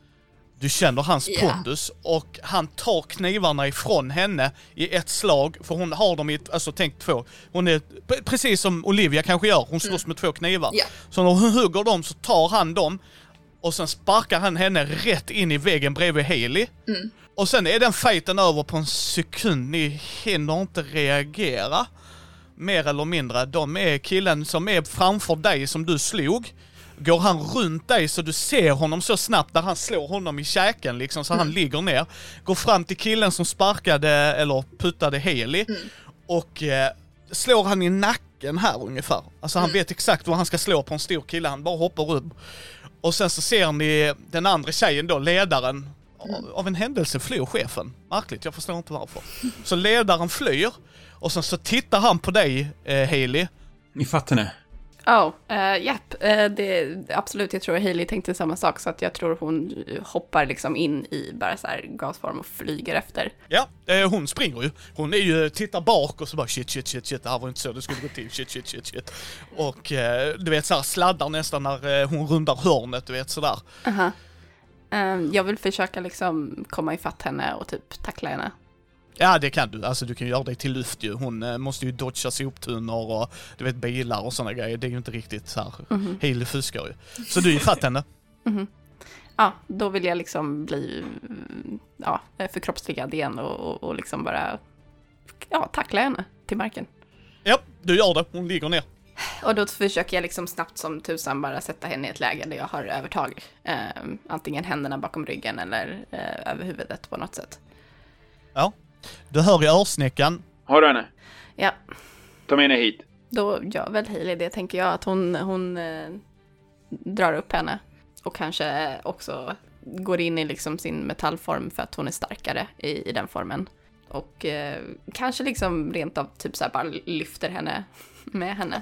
Du känner hans Ja. pondus och han tar knivarna ifrån henne i ett slag. För hon har dem i ett, alltså tänk två. Hon är p- precis som Olivia kanske gör, hon slåss med två knivar. Ja. Så när hon hugger dem så tar han dem. Och sen sparkar han henne rätt in i väggen bredvid Hailey. Mm. Och sen är den fighten över på en sekund. Ni hinner inte reagera. Mer eller mindre. De är killen som är framför dig som du slog. Går han runt dig så du ser honom så snabbt när han slår honom i käken liksom så Mm. han ligger ner. Går fram till killen som sparkade eller puttade Hailey. Mm. Och eh, slår han i nacken här ungefär. Alltså han Mm. vet exakt vad han ska slå på en stor kille. Han bara hoppar upp. Och sen så ser ni den andra tjejen då, ledaren. Av, av en händelse flyr chefen. Märkligt, jag förstår inte varför. Så ledaren flyr. Och sen så tittar han på dig, eh, Hailey. Ni fattar henne. Oh, uh, japp. Uh, det, absolut, jag tror Hailey tänkte samma sak. Så att jag tror hon hoppar liksom in i bara så här gasform och flyger efter. Ja, eh, hon springer ju. Hon är ju, tittar bak och så bara shit, shit, shit, shit. Det här var inte så det skulle gå till. Shit, shit, shit, shit. Och eh, du vet så här sladdar nästan när eh, hon rundar hörnet, du vet sådär. Uh-huh. Um, jag vill försöka liksom komma ifatt henne och typ tackla henne. Ja, det kan du. Alltså du kan göra dig till luft ju. Hon eh, måste ju dodga soptunnor och du vet bilar och sådana grejer. Det är ju inte riktigt så här. Mm-hmm. Hailey fuskar ju. Så du är ifatt henne. Mm-hmm. Ja, då vill jag liksom bli ja, förkroppsligad igen och, och, och liksom bara ja, tackla henne till marken. Ja, du gör det. Hon ligger ner. Och då försöker jag liksom snabbt som tusan bara sätta henne i ett läge där jag har övertag. Eh, antingen händerna bakom ryggen eller eh, över huvudet på något sätt. Ja. Du hör i örsnäckan. Har du henne? Ja, Ta med henne hit. då gör väl Hailey det, tänker jag. Att hon, hon eh, drar upp henne. Och kanske också går in i liksom sin metallform för att hon är starkare i, i den formen. Och eh, kanske liksom rent av typ så här bara lyfter henne med henne.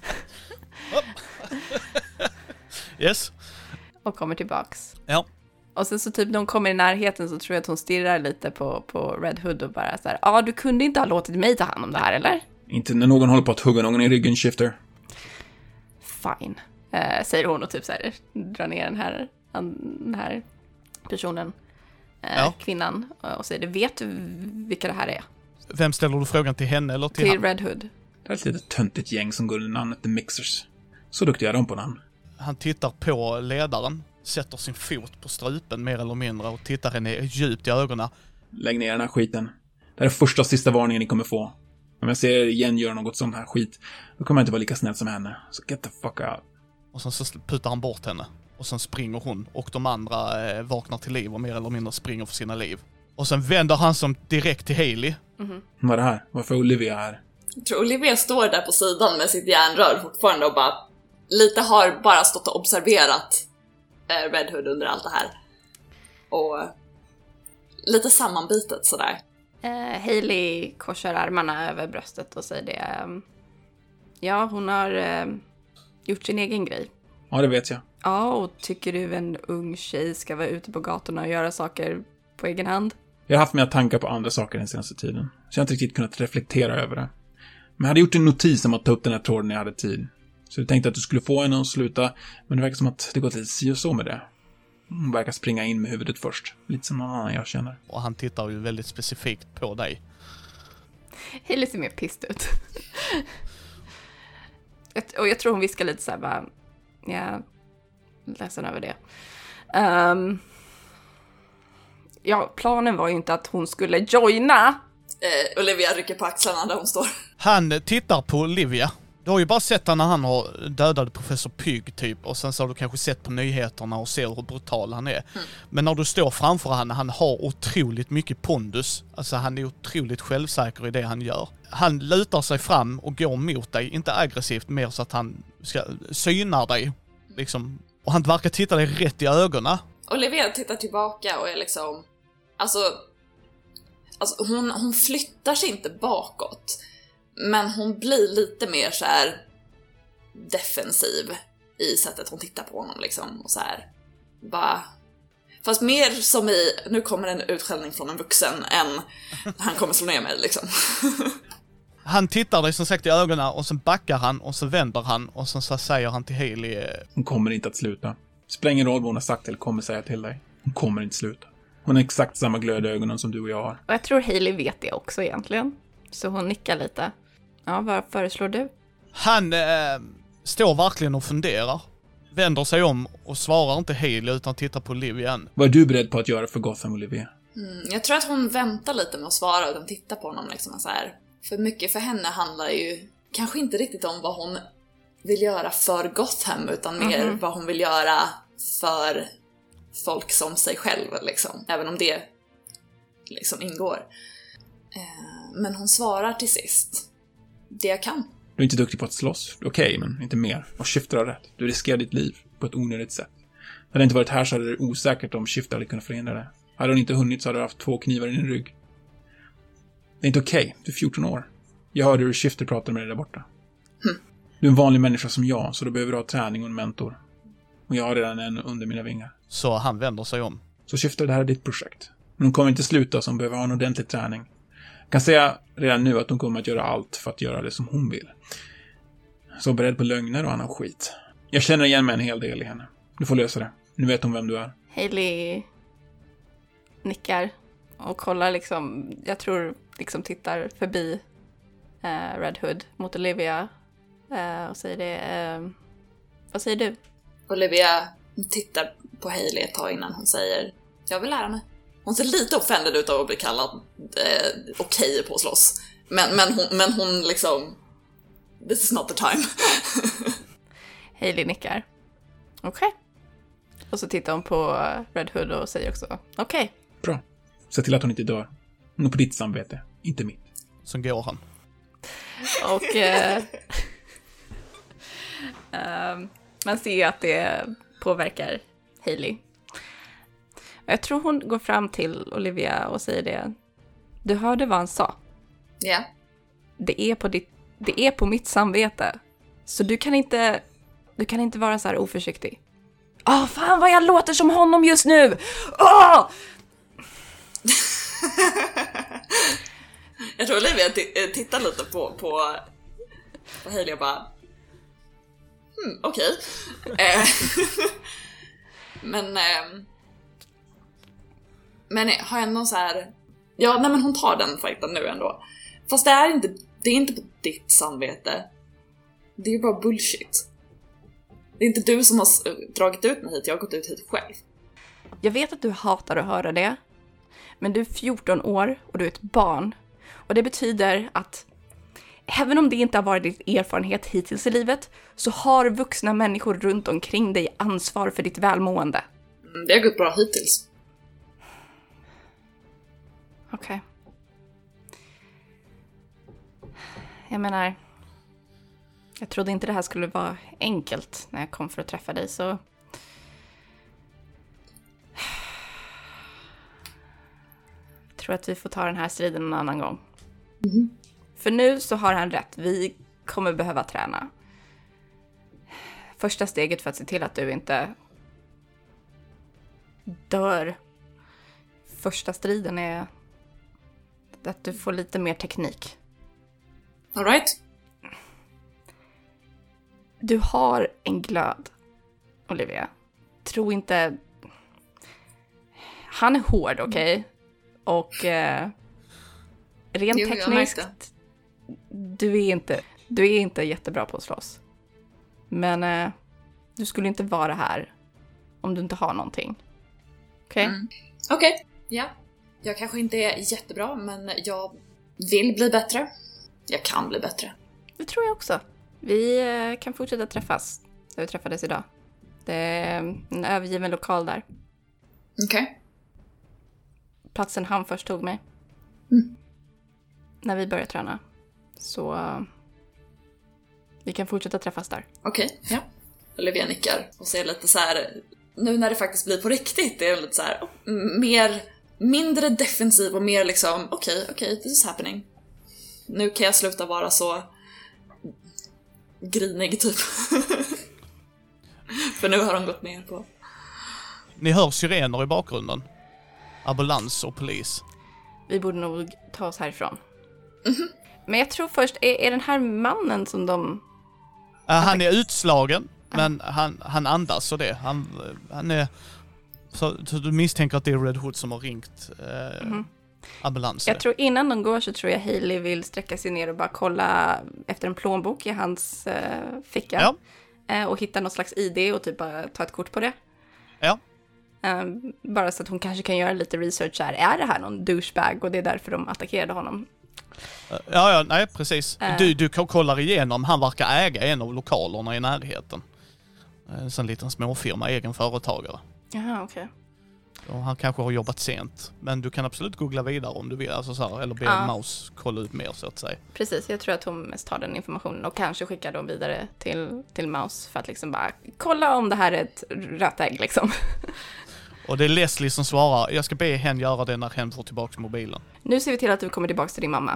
Yes. Och kommer tillbaks. Ja. Och sen så typ när hon kommer i närheten så tror jag att hon stirrar lite på, på Red Hood och bara så här: ja, ah, du kunde inte ha låtit mig ta hand om det här, eller? Inte när någon håller på att hugga någon i ryggen, Shifter. Fine, eh, säger hon och typ så här drar ner den här, den här personen, eh, Ja. kvinnan, och säger: vet du vilka det här är? Vem ställer du frågan till henne eller till, Till han? Red Hood. Det är ett litet töntigt gäng som går under namnet The Mixers. Så duktiga är de på namn. Han tittar på ledaren, sätter sin fot på strupen mer eller mindre och tittar henne djupt i ögonen. Lägg ner den här skiten. Det här är första och sista varningen ni kommer få. Om jag ser er igen göra något sånt här skit, då kommer jag inte vara lika snäll som henne. Så get the fuck out. Och sen så puttar han bort henne. Och sen springer hon och de andra eh, vaknar till liv och mer eller mindre springer för sina liv. Och sen vänder han som direkt till Hailey. Mm-hmm. Vad är det här? Varför är Olivia här? Jag tror Olivia står där på sidan med sitt järnrör fortfarande och bara lite har bara stått och observerat eh, Red Hood under allt det här. Och lite sammanbitet sådär. Eh, Hailey korsar armarna över bröstet och säger det. ehm, Ja, hon har eh, gjort sin egen grej. Ja, det vet jag. Ja, och tycker du en ung tjej ska vara ute på gatorna och göra saker på egen hand? Jag har haft mina tankar på andra saker den senaste tiden. Så jag har inte riktigt kunnat reflektera över det. Men jag hade gjort en notis om att ta upp den här tråden när jag hade tid. Så jag tänkte att du skulle få henne att sluta. Men det verkar som att det gått lite si och så med det. Hon verkar springa in med huvudet först. Lite som någon annan jag känner. Och han tittar ju väldigt specifikt på dig. Hailey ser mer pissed ut. Och jag tror hon viskar lite så här bara, jag är ledsen över det. Um, ja, planen var ju inte att hon skulle joina. Eh, Olivia rycker på axlarna där hon står. Han tittar på Olivia. Du har ju bara sett han när han har dödat professor Pygg typ. Och sen så har du kanske sett på nyheterna och ser hur brutal han är. Mm. Men när du står framför han, han har otroligt mycket pondus. Alltså han är otroligt självsäker i det han gör. Han lutar sig fram och går mot dig. Inte aggressivt, mer så att han ska synar dig. Liksom. Och han verkar titta dig rätt i ögonen. Olivia tittar tillbaka och är liksom... Alltså... Alltså hon, hon flyttar sig inte bakåt. Men hon blir lite mer så här defensiv i sättet hon tittar på honom liksom. Och så här, bara... Fast mer som i, nu kommer en utskällning från en vuxen än han kommer slå ner mig liksom. Han tittar dig som sagt i ögonen och sen backar han och så vänder han och sen så säger han till Hailey... Hon kommer inte att sluta. Spelar ingen roll vad hon har sagt eller kommer säga till dig. Hon kommer inte sluta. Hon har exakt samma glöd i ögonen som du och jag har. Och jag tror Hailey vet det också egentligen. Så hon nickar lite. Ja, vad föreslår du? Han äh, står verkligen och funderar. Vänder sig om och svarar inte Hailey utan tittar på Olivia igen. Vad är du beredd på att göra för Gotham, Olivia? Mm, jag tror att hon väntar lite med att svara utan tittar på honom liksom så här. För mycket för henne handlar ju kanske inte riktigt om vad hon vill göra för Gotham utan mer mm-hmm. vad hon vill göra för folk som sig själv liksom. Även om det liksom ingår. Men hon svarar till sist. Det jag kan. Du är inte duktig på att slåss. Okej, okay, men inte mer. Och Shifter har rätt. Du riskerar ditt liv på ett onödigt sätt. Hade det inte varit här så hade det osäkert om Shifter hade kunnat förhindra det. Hade hon inte hunnit så hade du haft två knivar i din rygg. Det är inte okej. Okay. Du är fjorton år. Jag hörde hur Shifter pratade med dig där borta. Hm. Du är en vanlig människa som jag, så du behöver ha träning och en mentor. Och jag har redan en under mina vingar. Så han vänder sig om. Så Shifter, det här är ditt projekt. Men hon kommer inte sluta så hon behöver ha en ordentlig träning. Jag kan säga redan nu att hon kommer att göra allt för att göra det som hon vill. Så beredd på lögner och annan skit. Jag känner igen mig en hel del i henne. Du får lösa det. Nu vet hon vem du är. Hailey nickar och kollar liksom, jag tror liksom tittar förbi eh, Red Hood mot Olivia eh, och säger det. Eh, vad säger du? Olivia tittar på Hailey ett tag innan hon säger, jag vill lära mig. Hon ser lite offended ut av att bli kallad eh, okej okay på att slåss. Men, men, hon, men hon liksom... This is not the time. Hailey nickar. Okej. Okay. Och så tittar hon på Red Hood och säger också okej. Okay. Bra. Se till att hon inte dör. Hon är på ditt samvete, inte mitt. Så går han. Och... Eh, um, man ser att det påverkar Hailey. Jag tror hon går fram till Olivia och säger det. Du hörde vad han sa. Ja. Yeah. Det är på ditt, det är på mitt samvete. Så du kan inte, du kan inte vara så här oförsiktig. Åh, oh, fan vad jag låter som honom just nu. Åh! Oh! Jag tror Olivia t- tittar lite på på, på Hailey och bara hmm, okej. Okay. men eh, Men har jag någon så här... Ja, nej men hon tar den fighten nu ändå. Fast det är inte, det är inte på ditt samvete. Det är ju bara bullshit. Det är inte du som har dragit ut mig hit, jag har gått ut hit själv. Jag vet att du hatar att höra det. Men du är fjorton år och du är ett barn. Och det betyder att även om det inte har varit din erfarenhet hittills i livet så har vuxna människor runt omkring dig ansvar för ditt välmående. Mm, det har gått bra hittills. Okej. Okay. Jag menar, jag trodde inte det här skulle vara enkelt när jag kom för att träffa dig, så... Jag tror att vi får ta den här striden en annan gång. Mm. För nu så har han rätt, vi kommer behöva träna. Första steget för att se till att du inte dör. Första striden är att du får lite mer teknik. All right. Du har en glöd, Olivia. Tro inte, han är hård, okej? Okay? Och eh, rent Jo, jag tekniskt, märkte. du är, inte, du är inte jättebra på att slåss. Men eh, du skulle inte vara här om du inte har någonting. Okej? Okay? Mm. Okej, okay. Ja. Jag kanske inte är jättebra, men jag vill bli bättre. Jag kan bli bättre. Det tror jag också. Vi eh, kan fortsätta träffas där vi träffades idag. Det är en övergiven lokal där. Okej. Okay. Platsen han först tog mig. Mm. När vi började träna. Så uh, vi kan fortsätta träffas där. Okej, okay, ja. Olivia nickar och ser lite så här. Nu när det faktiskt blir på riktigt, det är lite så här mer, mindre defensiv och mer liksom, okej, okay, okej, okay, this is happening. Nu kan jag sluta vara så grinig typ. För nu har de gått ner på. Ni hör syrener i bakgrunden. Ambulans och polis. Vi borde nog ta oss härifrån. Mm-hmm. Men jag tror först, är, är den här mannen som de... Uh, han är utslagen, uh. men han, han andas och det. Han, han är... Så, så du misstänker att det är Red Hood som har ringt uh, mm-hmm. ambulans? Jag tror innan de går så tror jag Hailey vill sträcka sig ner och bara kolla efter en plånbok i hans uh, ficka. Ja. Uh, och hitta någon slags I D och typ bara ta ett kort på det. Ja. Um, bara så att hon kanske kan göra lite research här. Är det här någon douchebag och det är därför de attackerade honom? Uh, ja, ja, nej, precis. Uh. Du, du kollar igenom, han verkar äga en av lokalerna i närheten. En sån liten småfirma, egen företagare. Jaha, okej. Okay. Han kanske har jobbat sent, men du kan absolut googla vidare om du vill, alltså så här, eller be ja. en mouse kolla ut mer så att säga. Precis, jag tror att hon mest har den informationen och kanske skickar dem vidare till, till mouse för att liksom bara kolla om det här är ett rött ägg liksom. Och det är Leslie som svarar, jag ska be hen göra det när hen får tillbaka mobilen. Nu ser vi till att du kommer tillbaka till din mamma.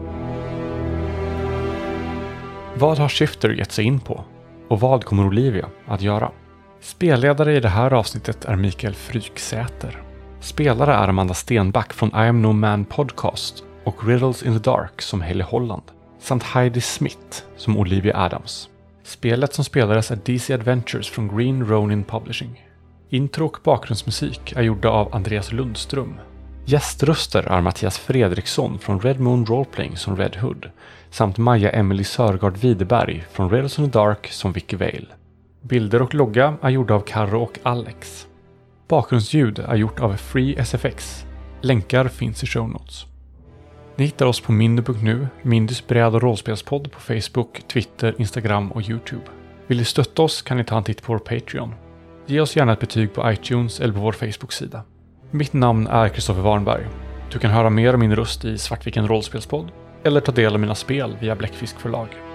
Vad har Shifter gett sig in på? Och vad kommer Olivia att göra? Spelledare i det här avsnittet är Mikael Fryksäter. Spelare är Amanda Stenback från I am no man podcast och Riddles in the Dark som Hailey Holland. Samt Heidi Smith som Olivia Adams. Spelet som spelades är D C Adventures från Green Ronin Publishing. Intro och bakgrundsmusik är gjorda av Andreas Lundström. Gäströster är Mattias Fredriksson från Red Moon Roleplaying som Red Hood samt Maja Emily Sörgard Widerberg från Riddles in the Dark som Vicky Vale. Bilder och logga är gjorda av Karo och Alex. Bakgrundsljud är gjort av Free S F X. Länkar finns i show notes. Ni hittar oss på mindy punkt nu, Mindys bräd- och rollspelspodd på Facebook, Twitter, Instagram och YouTube. Vill ni stötta oss kan ni ta en titt på vår Patreon. Ge oss gärna ett betyg på iTunes eller på vår Facebook-sida. Mitt namn är Kristoffer Warnberg. Du kan höra mer om min röst i Svartviken rollspelspodd eller ta del av mina spel via Bläckfisk förlag.